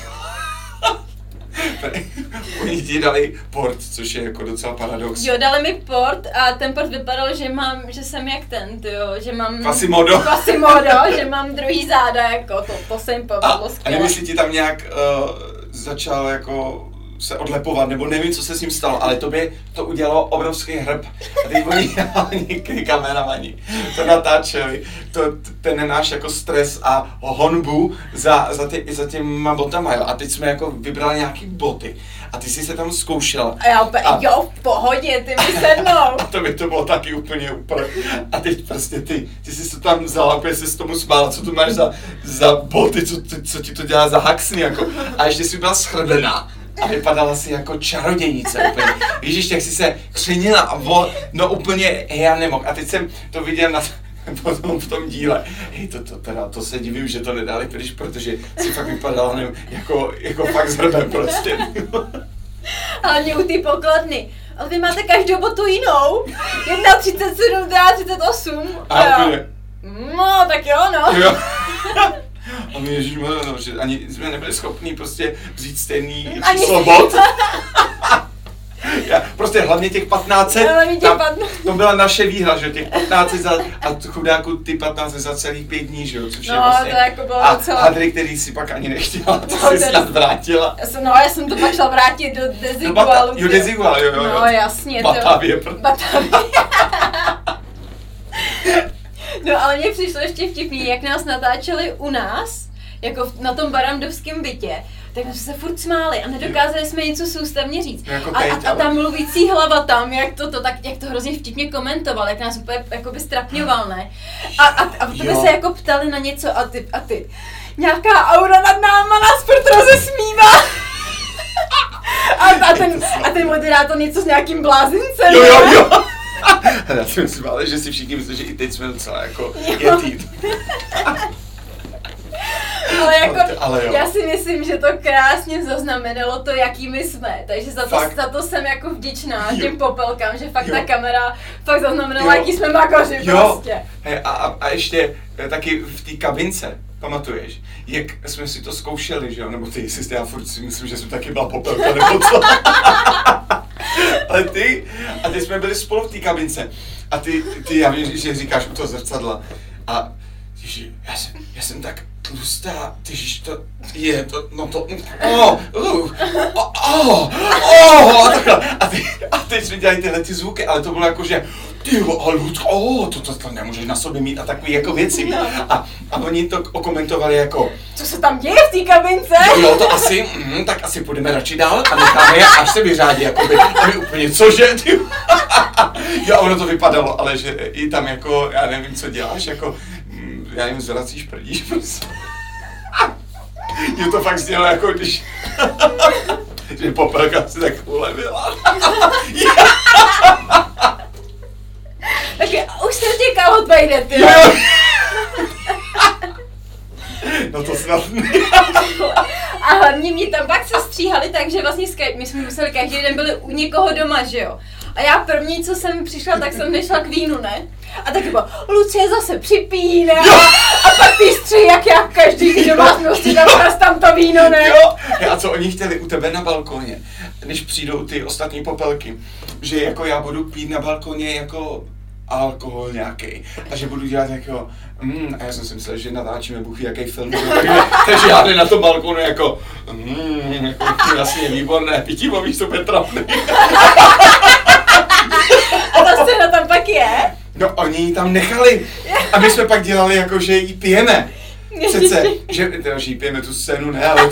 Oni ti dali port, což je jako docela paradox. Jo, dali mi port a ten port vypadal, že jsem jak ten, tyjo, že mám... Quasimodo, že mám druhý záda, jako to se jim povedlo skvěle. A nevím, jestli ti tam nějak začal jako se odlepovat, nebo nevím, co se s ním stalo, ale tobě to udělalo obrovský hrb. A teď oni kameramani to natáčeli, ten náš jako stres a honbu za těma botama, jo. A teď jsme jako vybrali nějaký boty. A ty jsi se tam zkoušela. A já úplně, jo, v pohodě, ty mi sednou. A to by to bylo taky úplně. A teď prostě ty jsi to tam vzala, úplně jsi se tomu smála, co tu máš za boty, co ti to dělá za haxny, jako. A ještě jsi byla schrbená. a vypadala si jako čarodějnice úplně. Ježíš, jak jsi se křenila a no úplně, já nemohl. A teď jsem to viděl potom v tom díle. Hej, to se divím, že to nedali pryč, protože si fakt vypadala, nevím, jako fakt zhrbem prostě. Hlavně u té pokladny. Ale vy máte každou botu jinou. 1,37, 38. A úplně. No, tak jo, no. Jo. A my ježišmarja, že ani jsme nebyli schopní prostě vzít stejný číslo bot. Prostě hlavně těch 1500, to byla naše výhra, že těch 1500 a chudáku ty 1500 za celých 5 dní, že jo, což je vlastně. To jako bylo a docela. hadry, který si pak ani nechtěla, to si snad vrátila. Já jsem to pak šla vrátit do Desigualu. Jo, Desigual, jo. No jasně. Batavie. No ale mně přišlo ještě vtipný, jak nás natáčeli u nás, jako na tom barandovském bytě, tak jsme se furt smáli a nedokázali jsme něco soustavně říct. A ta mluvící hlava tam, jak to hrozně vtipně komentoval, jak nás úplně jakoby strapňoval, ne? A tebe se jako ptali na něco a ty. Nějaká aura nad náma nás furt rozesmívá. A ten moderátor něco s nějakým blázincem. Jo. Já si myslím, ale že si všichni myslí, že i teď jsme docela jako jetý. Ale já si myslím, že to krásně zaznamenalo to, jakými jsme, takže za to jsem jako vděčná těm popelkám, že fakt ta kamera fakt zaznamenala, jaký jsme magoři prostě. Hey, a ještě taky v té kabince, pamatuješ, jak jsme si to zkoušeli, že jo, nebo ty jsi, já furt si myslím, že jsme taky byla popelka, nebo co? Ale ty jsme byli spolu v té kabince a ty já vím, že říkáš u toho zrcadla a ježi, já jsem tak tlustá, tyžiš, to je, a takhle. A teď jsme dělali tyhle ty zvuky, ale to bylo jako, že tyjo, a Lucko, to nemůžeš na sobě mít a takový jako věci. A oni to okomentovali jako... Co se tam děje v té kabince? Jo, to asi, tak asi půjdeme radši dál a necháme je, až se vyřádí, jakoby. A my úplně, cože, ty? Jo, a ono to vypadalo, ale že i tam jako, já nevím, co děláš, jako, já nevím, zvracíš prdíš, prostě. Jo, to fakt znělo jako, když... že popelka si tak ulevila. Tak už jsem těkal od vejde, ty. No to snad A hlavně mě tam pak se stříhali tak, že vlastně my jsme museli každý den byli u někoho doma, že jo. A já první, co jsem přišla, tak jsem nešla k vínu, ne? A tak bylo, Lucie zase připíne a pak ty střih, jak já každý domácnosti tam to víno, ne? Jo, a co oni chtěli u tebe na balkoně, než přijdou ty ostatní popelky, že jako já budu pít na balkoně jako alkohol nějaký a že budu dělat jako a já jsem si myslel, že natáčíme buchy jaký film, takže já jdu na tom balkonu jako jasně výborné, pitivový super trapný. A ta scéna tam pak je? No oni ji tam nechali a my jsme pak dělali jako, že ji pijeme. Přece, že ji pijeme tu scénu, ne, ale to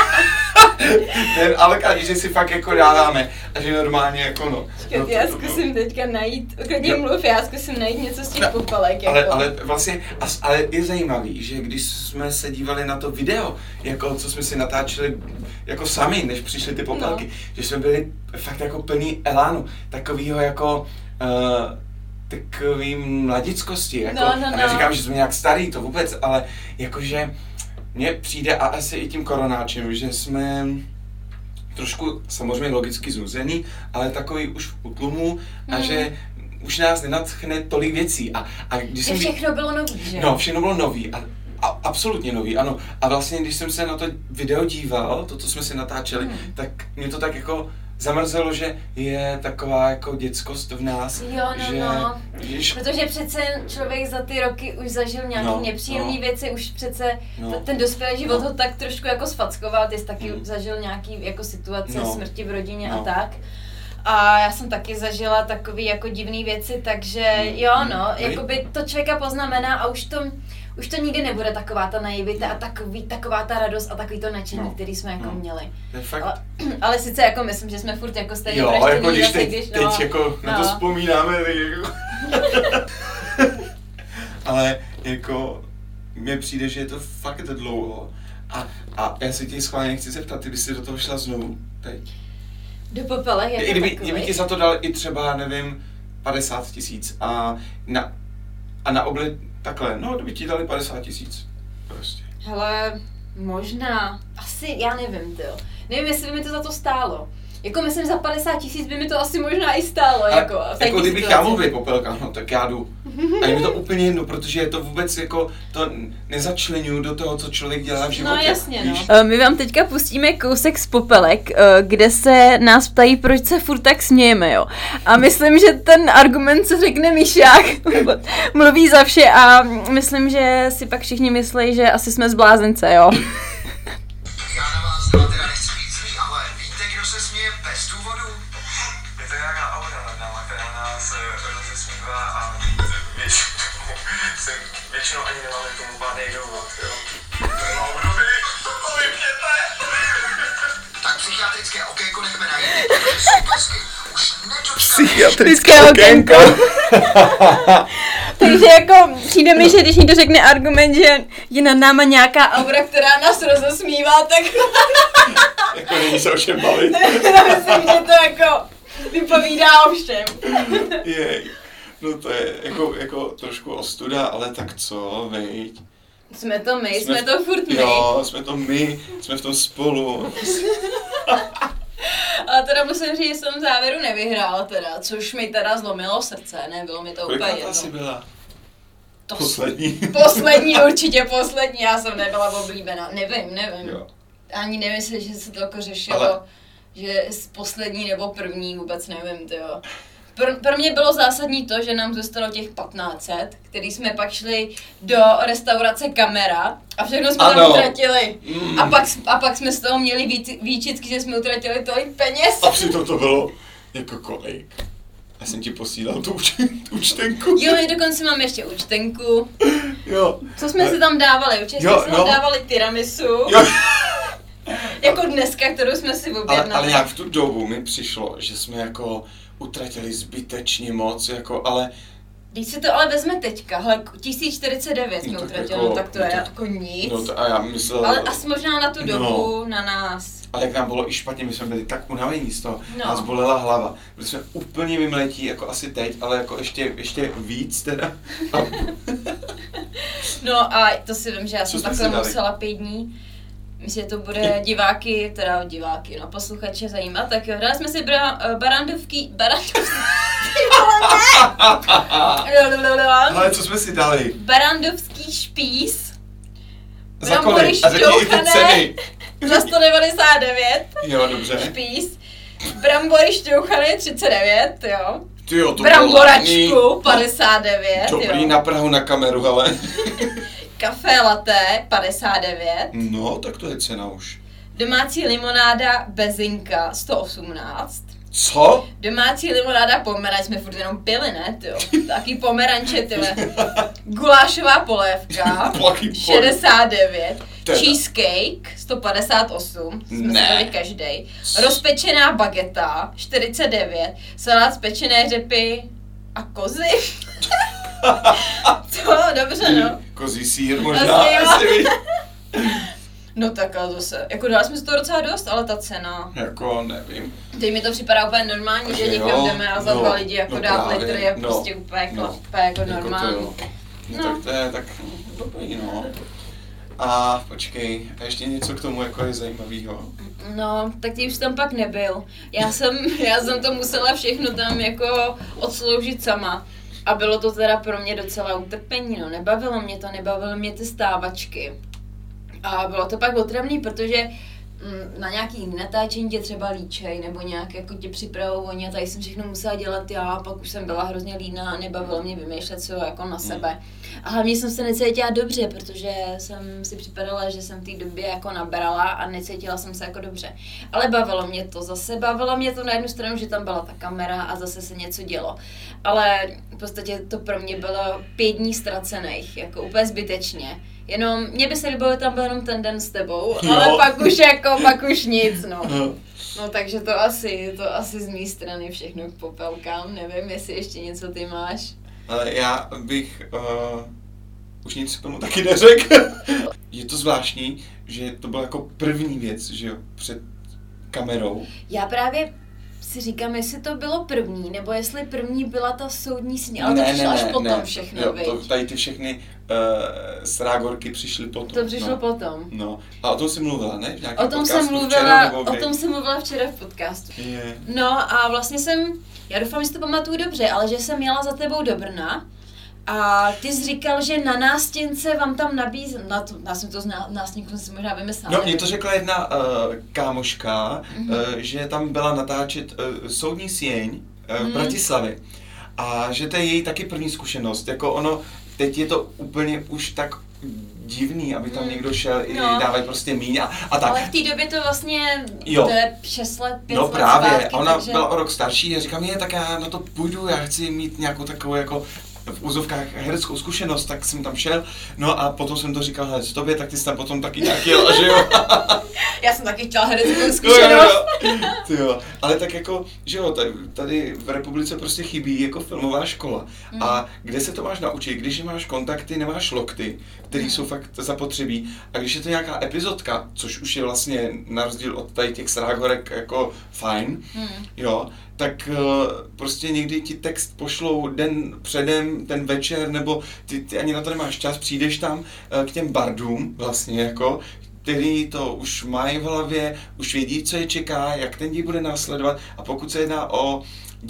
ale že si fakt jako dáváme a že normálně jako no. Já zkusím teďka najít, klidně mluv, já zkusím najít něco z těch popelek. Jako. Ale vlastně, ale je zajímavý, že když jsme se dívali na to video, jako co jsme si natáčeli jako sami, než přišly ty popelky, že jsme byli fakt jako plný elánu, takovýho jako takový mladickosti, jako, a neříkám, že jsme nějak starý, to vůbec, ale jakože mně přijde a asi i tím koronáčem, že jsme trošku samozřejmě logicky zuzený, ale takový už v útlumu a že už nás nenadchne tolik věcí. A když jsem všechno bylo nový, že? No, všechno bylo nový a absolutně nový, ano. A vlastně, když jsem se na to video díval, to, co jsme si natáčeli, tak mě to tak jako zamrzelo, že je taková jako dětskost v nás, protože přece člověk za ty roky už zažil nějaké nepříjemné věci, už přece ten dospělý život ho tak trošku jako sfackoval, ty jsi taky zažil nějaký jako situace smrti v rodině a tak. A já jsem taky zažila takový jako divný věci, takže jakoby to člověka poznamená a už to nikdy nebude taková ta naivita a taková ta radost a takový to nadšení, který jsme jako měli. Ale sice jako myslím, že jsme furt jako stejně praštěný. Jako když teď jako na to vzpomínáme, tak jako... Ale jako mně přijde, že je to fakt dlouho A já se tě schválně chci zeptat, ty bys si do toho šla znovu teď? Do popele jako Kdyby ti za to dal i třeba, nevím, 50 000 a na oblek takhle, no kdyby ti dali 50 000 prostě. Hele, možná, asi, já nevím, tyjo. Nevím, jestli by mi to za to stálo. Jako myslím, za 50 000 by mi to asi možná i stálo, jako kdybych já mohl být popelka, no tak já jdu. A je mi to úplně jedno, protože je to vůbec jako, to nezačleňuju do toho, co člověk dělá v životě. No jasně, no. My vám teďka pustíme kousek z Popelek, kde se nás ptají, proč se furt tak smějeme, jo. A myslím, že ten argument, co řekne Míšák, mluví za vše a myslím, že si pak všichni myslí, že asi jsme zblázence, jo. Já na vás teda nechci být zlý, ale víte, kdo se směje bez důvodu? Je to nějaká aura nad náma, která nás rozesmívá a většinou ani nemáme tomu pádnej důvod, jo? Tak psychiatrické okénko nechme na jiný, protože svípesky už nedočkáme. Psychiatrické okénko. Takže jako přijde mi, že když někdo řekne argument, že je nad náma nějaká aura, která nás rozesmívá, tak Jako není se o čem bavit. myslím, že to jako vypovídá o všem. Jej. No to je jako trošku ostuda, ale tak co, viď? Jsme to my, jsme to furt my. Jo, jsme to my, jsme v tom spolu. Ale teda musím říct, že jsem v závěru nevyhrála teda, což mi teda zlomilo srdce, nebylo mi to úplně Kolikátá jedno. jsi byla? To Poslední. určitě poslední, já jsem nebyla oblíbená, nevím. Jo. Ani nemyslím, že se to jako řešilo, Ale že poslední nebo první, vůbec nevím, tyjo. Pro mě bylo zásadní to, že nám zůstalo těch 1500, který jsme pak šli do restaurace Kamera a všechno jsme tam utratili. A pak jsme z toho měli výčitky, že jsme utratili tolik peněz. A přitom to bylo jako kolik? Já jsem ti posílal tu účtenku. Jo, my dokonce máme ještě účtenku. Jo. Co jsme si tam dávali? Určitě jsme si tam dávali tiramisu. Jo. Jako dneska, kterou jsme si objednali. Ale jak v tu dobu mi přišlo, že jsme jako utratili zbytečně moc, jako, ale... Když si to ale vezme teďka, hele, 1049 jsme tak utratili, jako, no tak to je tak, jako nic. No to a já myslel... Ale asi možná na tu dobu, na nás. Ale jak nám bylo i špatně, my jsme byli tak unavení z toho, No. nás bolela hlava. Byli jsme úplně vymletí, jako asi teď, ale jako ještě víc teda. No a to si vím, že já jsem jsme takhle si dali? musela 5 dní. Myslím, že to bude diváky, no posluchače zajímat. Tak jo, dali jsme si barandovský... Ale co jsme si dali? Barandovský špís. Za kolik? A řekni i ty ceny. Za 199. Jo, dobře. Špís. Brambory šťouchané 39, jo. Tyjo, to Bramboračku 59, dobrý jo. na Prahu na kameru, hele. Kafe latte 59. No, tak to je cena už. Domácí limonáda bezinka 118. Co? Domácí limonáda pomeranč, jsme furt jenom pili, ne, tyjo. Taký pomeranče, tyhle. Gulášová polévka 69. Teda. Cheesecake 158, jsme Ne. si dali každej. Rozpečená bageta 49. Salát z pečené řepy a kozy. To, dobře, no. Kozí sýr možná. Asi jo. Asi víš. No tak ale zase, jako dali jsme si to docela dost, ale ta cena. Jako nevím. Teď mi to připadá úplně normální, že Jo, někam jdeme a za no, 2 lidi jako no dát právě, litry je no, prostě úplně, no, úplně jako normální. To jo. No, No. tak to je tak dobrý, no. A počkej, a ještě něco k tomu jako je zajímavého. No, tak ty už tam pak nebyl. Já jsem to musela všechno tam jako odsloužit sama. A bylo to teda pro mě docela utrpení, no. Nebavilo mě ty stávačky. A bylo to pak otravný, protože na nějaký natáčení tě třeba líčej, nebo nějak jako tě připravou oni a tady jsem všechno musela dělat já, a pak už jsem byla hrozně líná a nebavilo mě vymýšlet co jako na sebe. A hlavně jsem se necítila dobře, protože jsem si připadala, že jsem v té době jako nabrala a necítila jsem se jako dobře. Ale bavilo mě to na jednu stranu, že tam byla ta kamera a zase se něco dělo. Ale v podstatě to pro mě bylo 5 dní ztracených, jako úplně zbytečně. Jenom, mně by se líbilo, tam byl jenom ten den s tebou, ale pak už nic, no. No takže to asi z mé strany všechno k popelkám, nevím, jestli ještě něco ty máš. Ale já bych už nic k tomu taky neřekl. Je to zvláštní, že to byla jako první věc, že jo, před kamerou. Já právě si říkám, jestli to bylo první, nebo jestli první byla ta soudní síň, ale to přišlo až potom všechno, jo, viď? tady ty všechny srágorky přišly potom. To přišlo potom. No, a o tom jsi mluvila, ne? V O tom jsem mluvila včera v podcastu. Je. No a vlastně já doufám, že si to pamatuju dobře, ale že jsem jela za tebou do Brna a ty jsi říkal, že na nástěnce vám tam já jsem to z nástěnku jsem si možná vymyslela. No, mě to řekla jedna kámoška, že tam byla natáčet soudní síň v Bratislavě a že to je její taky první zkušenost, jako ono, teď je to úplně už tak divný, aby tam někdo šel i dávat prostě míň a tak. Ale v té době to vlastně, to je 6 let, 5 let zpátky, právě, ona takže... byla o rok starší a říkám, tak já na to půjdu, já chci mít nějakou takovou jako v úzovkách hereckou zkušenost, tak jsem tam šel, no a potom jsem to říkal, hele, co tobě, tak ty jsi tam potom taky nějaký jel, že jo? Já jsem taky chtěla hereckou zkušenost. Jo. Ale tak jako, že jo, tady v republice prostě chybí jako filmová škola. A kde se to máš naučit, když nemáš kontakty, nemáš lokty, který jsou fakt zapotřebí, a když je to nějaká epizodka, což už je vlastně na rozdíl od tady těch srágorek jako fajn, jo, tak prostě někdy ti text pošlou den předem, ten večer, nebo ty ani na to nemáš čas, přijdeš tam k těm bardům vlastně jako, který to už mají v hlavě, už vědí, co je čeká, jak ten díl bude následovat, a pokud se jedná o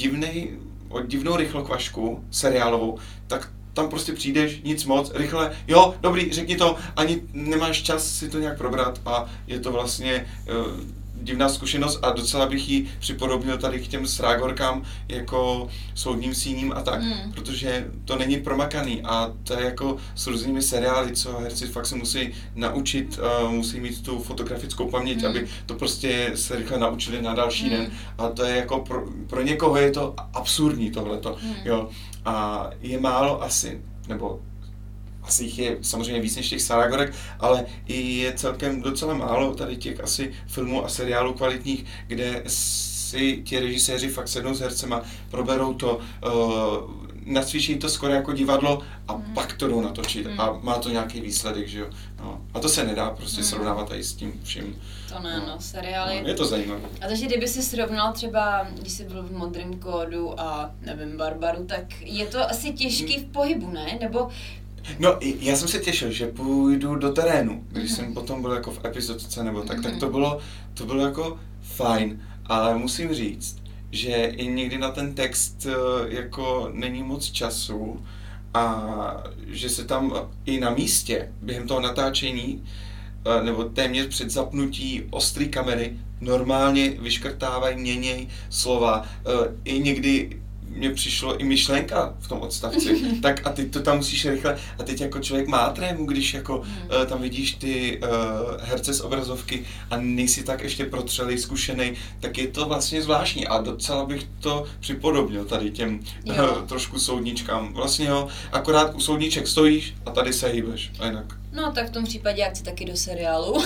divnou rychlokvašku seriálovou, tak tam prostě přijdeš, nic moc, rychle, jo, dobrý, řekni to, ani nemáš čas si to nějak probrat a je to vlastně divná zkušenost a docela bych ji připodobnil tady k těm srágorkám jako soudním síním a tak, protože to není promakaný a to je jako s různými seriály, co herci fakt se musí naučit, musí mít tu fotografickou paměť, aby to prostě se rychle naučili na další den a to je jako pro někoho je to absurdní tohleto, jo, a je málo asi, nebo asi jich je samozřejmě víc než těch srágorek, ale i je celkem docela málo tady těch asi filmů a seriálů kvalitních, kde si ti režiséři fakt sednou s hercema, proberou to, nacvičí to skoro jako divadlo a pak to jdou natočit a má to nějaký výsledek, že jo. No. A to se nedá prostě srovnávat tady s tím vším. To ne, no, seriály. No, je to zajímavé. A takže kdyby si srovnal třeba, když jsi byl v Modrém kódu a nevím, Barbaru, tak je to asi těžký v pohybu, ne? Nebo no, já jsem se těšil, že půjdu do terénu, když jsem potom byl jako v epizodce nebo tak to bylo jako fajn, ale musím říct, že i někdy na ten text jako není moc času a že se tam i na místě během toho natáčení nebo téměř před zapnutí ostrý kamery normálně vyškrtávají, měněj slova, i někdy mně přišlo i myšlenka v tom odstavci, tak a teď to tam musíš rychle, a teď jako člověk má trému, když jako tam vidíš ty herce z obrazovky a nejsi tak ještě protřelej, zkušenej, tak je to vlastně zvláštní a docela bych to připodobnil tady těm trošku soudničkám. Vlastně jo, akorát u soudniček stojíš a tady se hýbeš, a jinak. No tak v tom případě já chci taky do seriálu.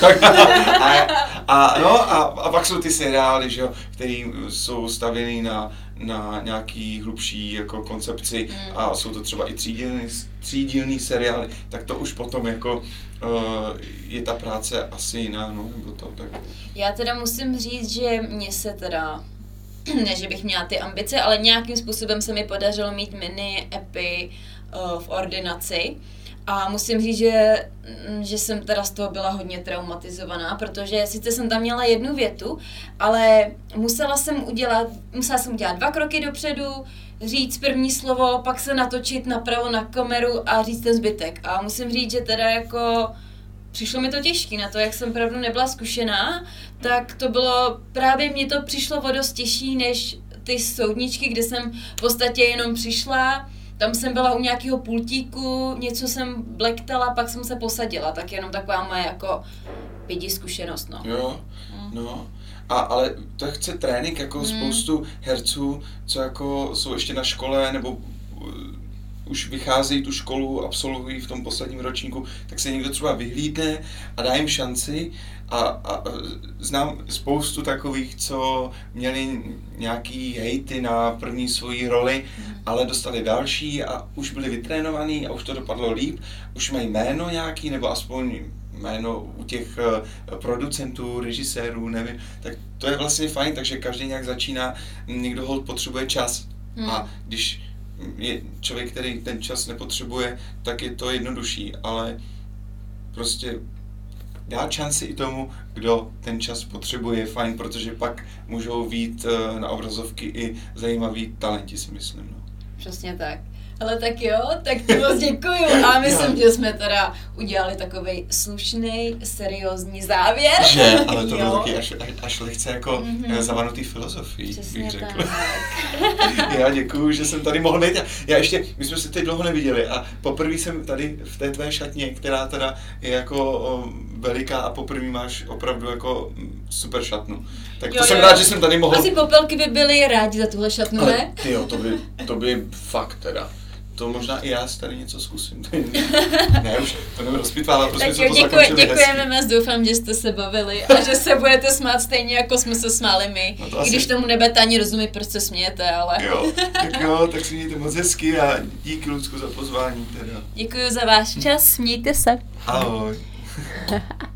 a pak jsou ty seriály, že jo, které jsou stavěný na nějaký hlubší jako koncepci a jsou to třeba i třídílný seriály, tak to už potom jako je ta práce asi jiná, no, nebo to tak. Já teda musím říct, že mě se teda, ne, že bych měla ty ambice, ale nějakým způsobem se mi podařilo mít mini epy v ordinaci. A musím říct, že jsem teda z toho byla hodně traumatizovaná, protože sice jsem tam měla jednu větu, ale musela jsem udělat 2 kroky dopředu, říct první slovo, pak se natočit napravo na kameru a říct ten zbytek. A musím říct, že teda jako přišlo mi to těžké na to, jak jsem opravdu nebyla zkušená, tak to bylo, právě mně to přišlo o dost těžší než ty soudničky, kde jsem v podstatě jenom přišla. Tam jsem byla u nějakého pultíku, něco jsem blektala, pak jsem se posadila, tak jenom taková moje jako pidi zkušenost, no. Jo, no. Ale to chce trénink, jako spoustu herců, co jako jsou ještě na škole, nebo už vycházejí tu školu, absolvují v tom posledním ročníku, tak se někdo třeba vyhlídne a dá jim šanci a znám spoustu takových, co měli nějaký hejty na první svoji roli, ale dostali další a už byli vytrénovaní a už to dopadlo líp, už mají jméno nějaký, nebo aspoň jméno u těch producentů, režisérů, nevím, tak to je vlastně fajn, takže každý nějak začíná, někdo holt potřebuje čas a když je člověk, který ten čas nepotřebuje, tak je to jednodušší, ale prostě dát šanci i tomu, kdo ten čas potřebuje, je fajn, protože pak můžou vyjít na obrazovky i zajímaví talenti, si myslím. No. Přesně tak. Ale tak jo, tak ti moc děkuju a myslím, že jsme teda udělali takovej slušný, seriózní závěr. Že, ale to bylo taky až lehce jako zavanutý filozofii, bych řekl. Já děkuju, že jsem tady mohl být. Já ještě, my jsme se teď dlouho neviděli a poprvé jsem tady v té tvé šatně, která teda je jako veliká a poprvé máš opravdu jako super šatnu. Tak to jsem rád, že jsem tady mohl. Asi popelky by byly rádi za tuhle šatnu, ne? Tyjo, to by fakt teda. To možná i já tady něco zkusím. Ne, už to nebudu rozpitvávat, prostě jsme to zakončili děkujeme moc, doufám, že jste se bavili a že se budete smát stejně, jako jsme se smáli my. No i když tomu nebudete ani rozumět, proč se smějete, ale... Jo, tak si mějte moc hezky a díky, Lucku, za pozvání teda. Děkuji za váš čas, mějte se. Ahoj.